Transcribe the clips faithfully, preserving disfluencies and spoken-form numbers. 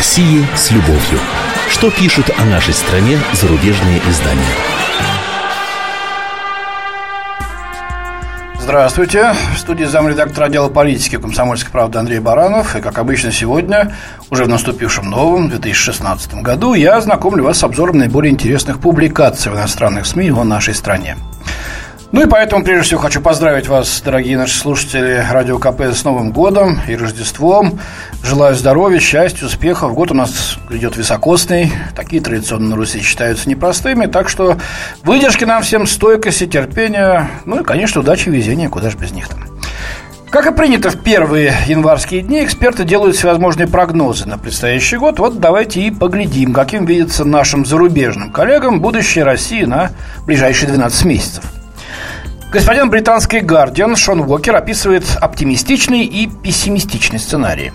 России с любовью. Что пишут о нашей стране зарубежные издания? Здравствуйте. В студии замредактора отдела политики «Комсомольской правды» Андрей Баранов. И, как обычно, сегодня, уже в наступившем новом две тысячи шестнадцатом году, я знакомлю вас с обзором наиболее интересных публикаций в иностранных СМИ о нашей стране. Ну и поэтому, прежде всего, хочу поздравить вас, дорогие наши слушатели Радио КП, с Новым годом и Рождеством. Желаю здоровья, счастья, успехов. Год у нас идет високосный. Такие традиционно на Руси считаются непростыми. Так что выдержки нам всем, стойкости, терпения. Ну и, конечно, удачи и везения. Куда же без них-то. Как и принято в первые январские дни, эксперты делают всевозможные прогнозы на предстоящий год. Вот давайте и поглядим, каким видится нашим зарубежным коллегам будущее России на ближайшие двенадцать месяцев. Господин британский «Гардиан» Шон Уокер описывает оптимистичный и пессимистичный сценарии.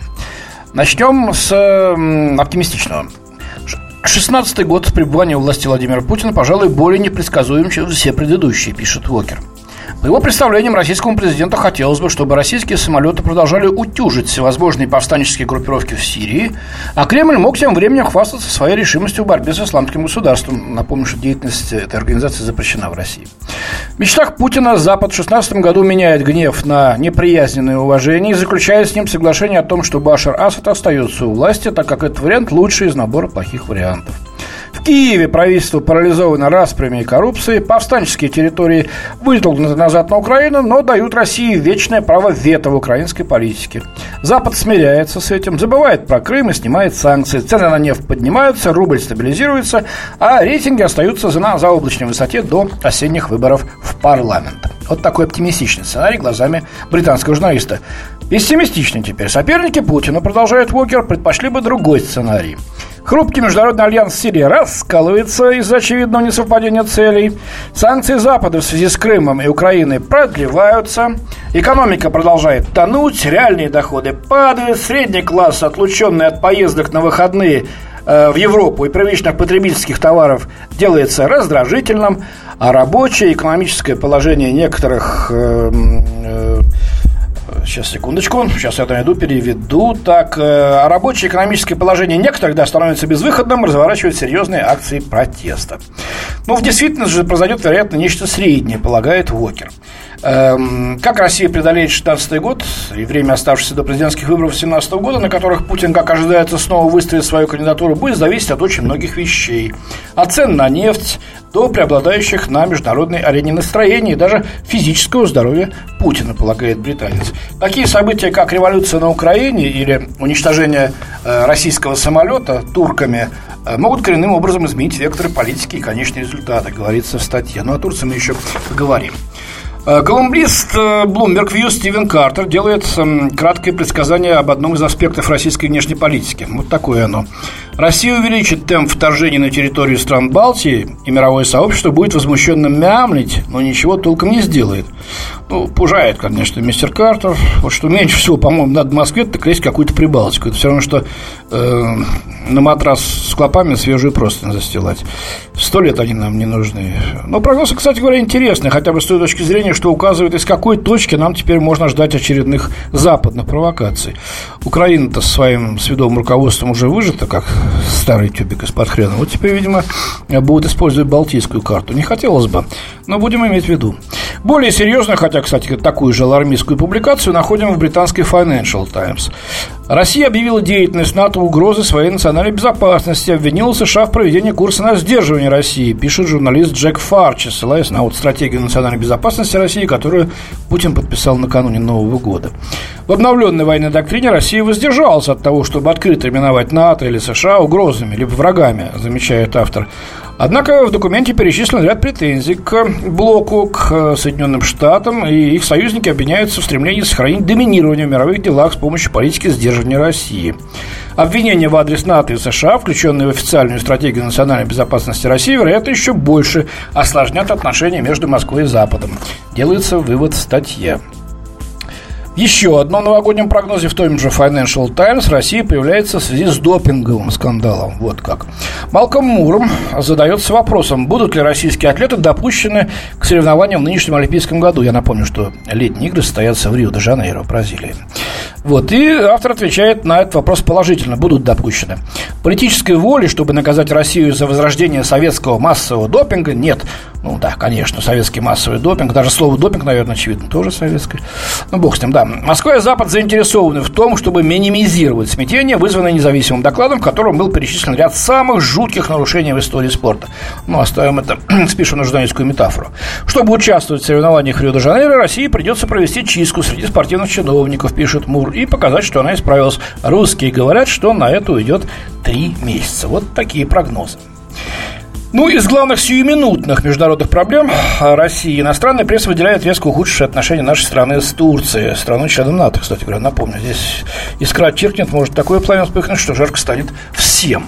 Начнем с оптимистичного. шестнадцатый год пребывания у власти Владимира Путина, пожалуй, более непредсказуем, чем все предыдущие, пишет Уокер. По его представлениям, российскому президенту хотелось бы, чтобы российские самолеты продолжали утюжить всевозможные повстанческие группировки в Сирии, а Кремль мог тем временем хвастаться своей решимостью в борьбе с исламским государством. Напомню, что деятельность этой организации запрещена в России. В мечтах Путина Запад в две тысячи шестнадцатом году меняет гнев на неприязненное уважение и заключает с ним соглашение о том, что Башар Асад остается у власти, так как этот вариант лучший из набора плохих вариантов. В Киеве правительство парализовано распрями и коррупцией, повстанческие территории вытолкнуты назад на Украину, но дают России вечное право вето в украинской политике. Запад смиряется с этим, забывает про Крым и снимает санкции. Цены на нефть поднимаются, рубль стабилизируется, а рейтинги остаются на заоблачной высоте до осенних выборов в парламент. Вот такой оптимистичный сценарий глазами британского журналиста. Пессимистичный теперь. Соперники Путина, продолжает Уокер, предпочли бы другой сценарий. Хрупкий международный альянс Сирии раскалывается из-за очевидного несовпадения целей. Санкции Запада в связи с Крымом и Украиной продлеваются. Экономика продолжает тонуть, реальные доходы падают. Средний класс, отлученный от поездок на выходные э, в Европу и привычных потребительских товаров, делается раздражительным. А рабочее экономическое положение некоторых... Э, э, Сейчас, секундочку, сейчас я найду, переведу. Так, э, рабочее экономическое положение некоторых, да, становится безвыходным, разворачивают серьезные акции протеста. Ну, в действительности же произойдет, вероятно, нечто среднее, полагает Уокер. Эм, как Россия преодолеет шестнадцатый год и время, оставшееся до президентских выборов семнадцатого года, на которых Путин, как ожидается, снова выставит свою кандидатуру, будет зависеть от очень многих вещей. От цен на нефть до преобладающих на международной арене настроений и даже физического здоровья Путина, полагает британец. Такие события, как революция на Украине или уничтожение э, российского самолета турками, э, могут коренным образом изменить векторы политики и конечные результаты, говорится в статье. Ну, о Турции мы еще поговорим. Колумбист Bloomberg View Стивен Картер делает краткое предсказание об одном из аспектов российской внешней политики. Вот такое оно. Россия увеличит темп вторжения на территорию стран Балтии, и мировое сообщество будет возмущенно мямлить, но ничего толком не сделает. Ну, пужает, конечно, мистер Картер. Вот что меньше всего, по-моему, надо в Москве так лезть какую-то прибалтику. Это все равно, что э, на матрас с клопами свежую простынь застилать. Сто лет они нам не нужны. Но прогноз, кстати говоря, интересный, хотя бы с той точки зрения, что указывает, из какой точки нам теперь можно ждать очередных западных провокаций. Украина-то со своим сведомым руководством уже выжата, как старый тюбик из-под хрена. Вот теперь, видимо, будут использовать балтийскую карту. Не хотелось бы, но будем иметь в виду. Более серьезно, хотя, кстати, такую же алармистскую публикацию находим в британской Financial Times. Россия объявила деятельность НАТО угрозой своей национальной безопасности, обвинила США в проведении курса на сдерживание России, пишет журналист Джек Фарчи, ссылаясь на вот стратегию национальной безопасности России, которую Путин подписал накануне Нового года. В обновленной военной доктрине Россия воздержалась от того, чтобы открыто именовать НАТО или США угрозами, либо врагами, замечает автор. Однако в документе перечислен ряд претензий к блоку, к Соединенным Штатам, и их союзники обвиняются в стремлении сохранить доминирование в мировых делах с помощью политики сдерживания России. Обвинения в адрес НАТО и США, включенные в официальную стратегию национальной безопасности России, вероятно, еще больше осложнят отношения между Москвой и Западом. Делается вывод в статье. В еще одном новогоднем прогнозе в том же Financial Times Россия появляется в связи с допинговым скандалом. Вот как. Малком Мур задается вопросом, будут ли российские атлеты допущены к соревнованиям в нынешнем Олимпийском году. Я напомню, что летние игры состоятся в Рио-де-Жанейро, в Бразилии. Вот, и автор отвечает на этот вопрос положительно: будут допущены. Политической воли, чтобы наказать Россию за возрождение советского массового допинга, нет. Ну да, конечно, советский массовый допинг. Даже слово допинг, наверное, очевидно, тоже советское. Ну, бог с ним, да. Москва и Запад заинтересованы в том, чтобы минимизировать смятение, вызванное независимым докладом, в котором был перечислен ряд самых жутких нарушений в истории спорта. Ну, оставим это, спишем на журналистскую метафору. Чтобы участвовать в соревнованиях Рио-де-Жанейро, России придется провести чистку среди спортивных чиновников, пишет Мур, и показать, что она исправилась. Русские говорят, что на это уйдет три месяца. Вот такие прогнозы. Ну, из главных сиюминутных международных проблем России иностранная пресса выделяет резко ухудшившие отношения нашей страны с Турцией, страной-членом НАТО, кстати говоря. Напомню, здесь искра чиркнет, может такое пламя вспыхнуть, что жарко станет всем.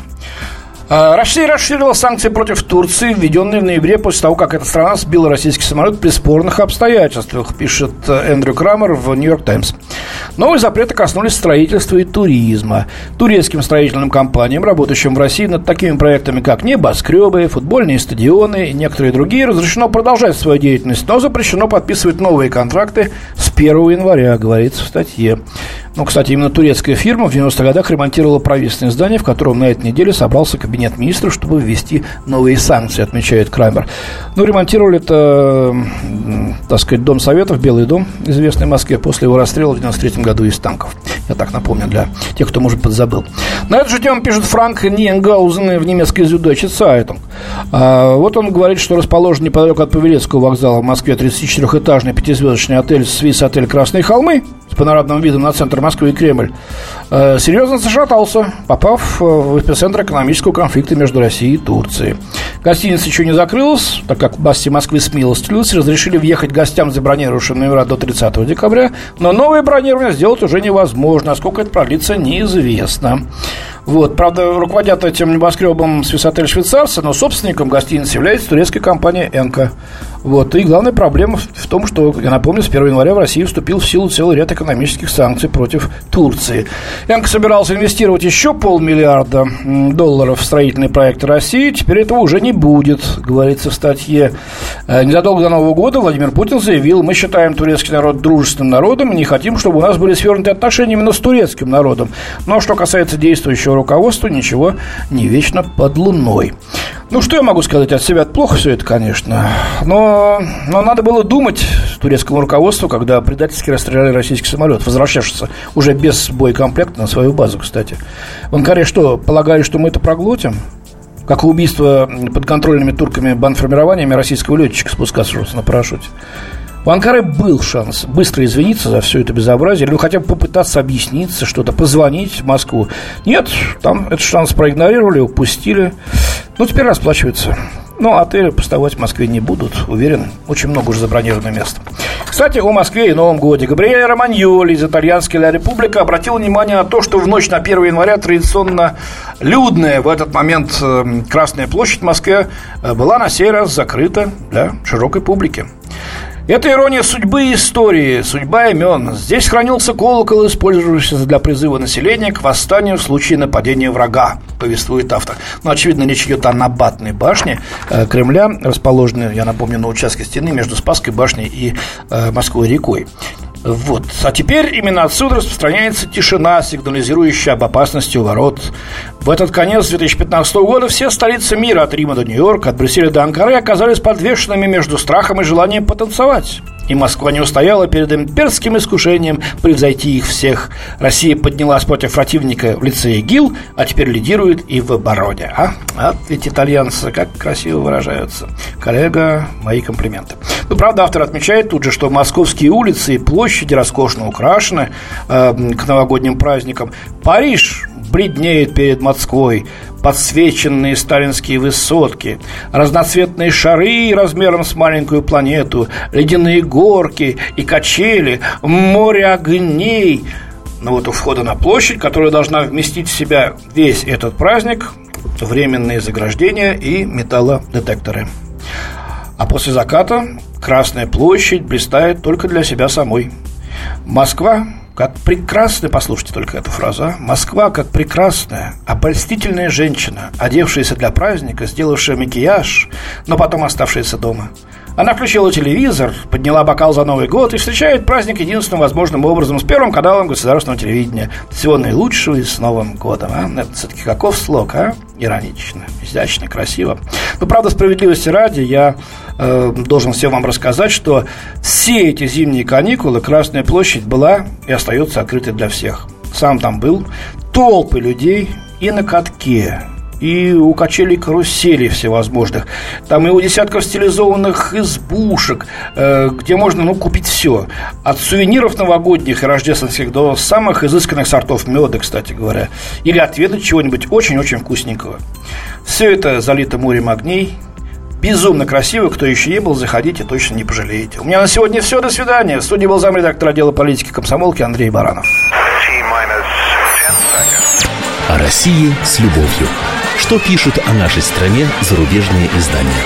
Россия расширила санкции против Турции, введенные в ноябре после того, как эта страна сбила российский самолет при спорных обстоятельствах, пишет Эндрю Крамер в «Нью-Йорк Таймс». Новые запреты коснулись строительства и туризма. Турецким строительным компаниям, работающим в России над такими проектами, как небоскребы, футбольные стадионы и некоторые другие, разрешено продолжать свою деятельность, но запрещено подписывать новые контракты с первого января, говорится в статье. Ну, кстати, именно турецкая фирма в девяностых годах ремонтировала правительственное здание, в котором на этой неделе собрался кабинет министров, чтобы ввести новые санкции, отмечает Крамер. Ну, ремонтировали это, так сказать, Дом Советов, Белый дом, известный в Москве, после его расстрела в девяносто третьем году из танков. Я так напомню для тех, кто, может, подзабыл. На эту же тему пишет Франк Ниенгаузен в немецкой Süddeutsche Zeitung. А, вот он говорит, что расположен неподалеку от Павелецкого вокзала в Москве тридцатичетырехэтажный пятизвездочный отель «Свисс Отель Красные холмы» с панорамным видом на центр Москвы и Кремль, э, серьезно зашатался, попав в эпицентр экономического конфликта между Россией и Турцией. Гостиница еще не закрылась, так как власти Москвы смилостивились, разрешили въехать гостям, забронировавшим номера до тридцатого декабря, но новое бронирование сделать уже невозможно, а сколько это продлится, неизвестно. Вот, правда, руководят этим небоскребом Свиссотель швейцарцы, но собственником гостиницы является турецкая компания «Энка». Вот, и главная проблема в том, что, я напомню, с первого января в России вступил в силу целый ряд экономических санкций против Турции. «Энка» собирался инвестировать еще полмиллиарда долларов в строительные проекты России, теперь этого уже не будет, говорится в статье. Незадолго до Нового года Владимир Путин заявил: мы считаем турецкий народ дружественным народом и не хотим, чтобы у нас были свернуты отношения именно с турецким народом. Но что касается действующего руководства, ничего не вечно под луной. Ну, что я могу сказать от себя? Плохо все это, конечно. Но, но надо было думать турецкому руководству, когда предательски расстреляли российский самолет, возвращавшийся уже без боекомплекта на свою базу, кстати. В Анкаре что, полагали, что мы это проглотим? Как убийство подконтрольными турками бандформированиями российского летчика, спускавшегося на парашюте. У Анкары был шанс быстро извиниться за все это безобразие, или хотя бы попытаться объясниться, что-то, позвонить в Москву. Нет, там этот шанс проигнорировали, упустили. Ну, теперь расплачиваются. Но отели пустовать в Москве не будут, уверен. Очень много уже забронировано места. Кстати, о Москве и Новом годе. Габриэль Романьоли из итальянской «Ля Република» обратил внимание на то, что в ночь на первого января традиционно людная в этот момент Красная площадь в Москве была на сей раз закрыта для широкой публики. Это ирония судьбы и истории, судьба имен. Здесь хранился колокол, использовавшийся для призыва населения к восстанию в случае нападения врага, повествует автор. Ну, очевидно, речь идет о Набатной башне Кремля, расположенной, я напомню, на участке стены между Спасской башней и Москвой-рекой. Вот. А теперь именно отсюда распространяется тишина, сигнализирующая об опасности у ворот. В этот конец две тысячи пятнадцатого года все столицы мира, от Рима до Нью-Йорка, от Брюсселя до Анкары, оказались подвешенными между страхом и желанием потанцевать. И Москва не устояла перед имперским искушением превзойти их всех. Россия поднялась против противника в лице ИГИЛ, а теперь лидирует и в обороне. А? А ведь итальянцы как красиво выражаются. Коллега, мои комплименты. Ну, правда, автор отмечает тут же, что московские улицы и площади роскошно украшены э, к новогодним праздникам. Париж бледнеет перед Москвой. Подсвеченные сталинские высотки, разноцветные шары размером с маленькую планету, ледяные горки и качели, море огней. Но вот у входа на площадь, которая должна вместить в себя весь этот праздник, временные заграждения и металлодетекторы. А после заката Красная площадь блистает только для себя самой. Москва, как прекрасная, послушайте только эту фразу, а? Москва, как прекрасная, обольстительная женщина, одевшаяся для праздника, сделавшая макияж, но потом оставшаяся дома. Она включила телевизор, подняла бокал за Новый год и встречает праздник единственным возможным образом с Первым каналом государственного телевидения. Всего наилучшего и с Новым годом. А? Это все-таки каков слог, а? Иронично, изящно, красиво. Но, правда, справедливости ради, я э, должен всем вам рассказать, что все эти зимние каникулы Красная площадь была и остается открытой для всех. Сам там был. Толпы людей и на катке, и у качелей каруселей всевозможных. Там и у десятков стилизованных избушек, э, где можно, ну, купить все. От сувениров новогодних и рождественских до самых изысканных сортов меда, кстати говоря. Или отведать чего-нибудь очень-очень вкусненького. Все это залито морем огней. Безумно красиво. Кто еще не был, заходите, точно не пожалеете. У меня на сегодня все. До свидания. В студии был замредактор отдела политики комсомолки Андрей Баранов. О России с любовью. Что пишут о нашей стране зарубежные издания?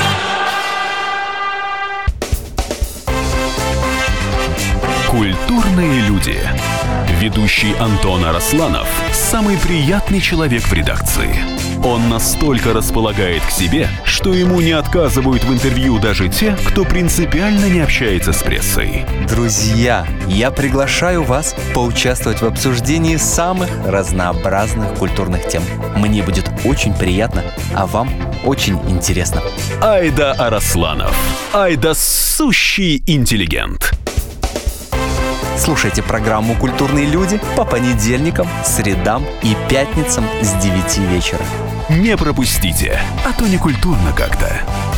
Культурные люди. Ведущий Антон Арасланов – самый приятный человек в редакции. Он настолько располагает к себе, что ему не отказывают в интервью даже те, кто принципиально не общается с прессой. Друзья, я приглашаю вас поучаствовать в обсуждении самых разнообразных культурных тем. Мне будет очень приятно, а вам очень интересно. Айда Арасланов. Айда сущий интеллигент. Слушайте программу «Культурные люди» по понедельникам, средам и пятницам с девяти вечера. Не пропустите, а то не культурно как-то.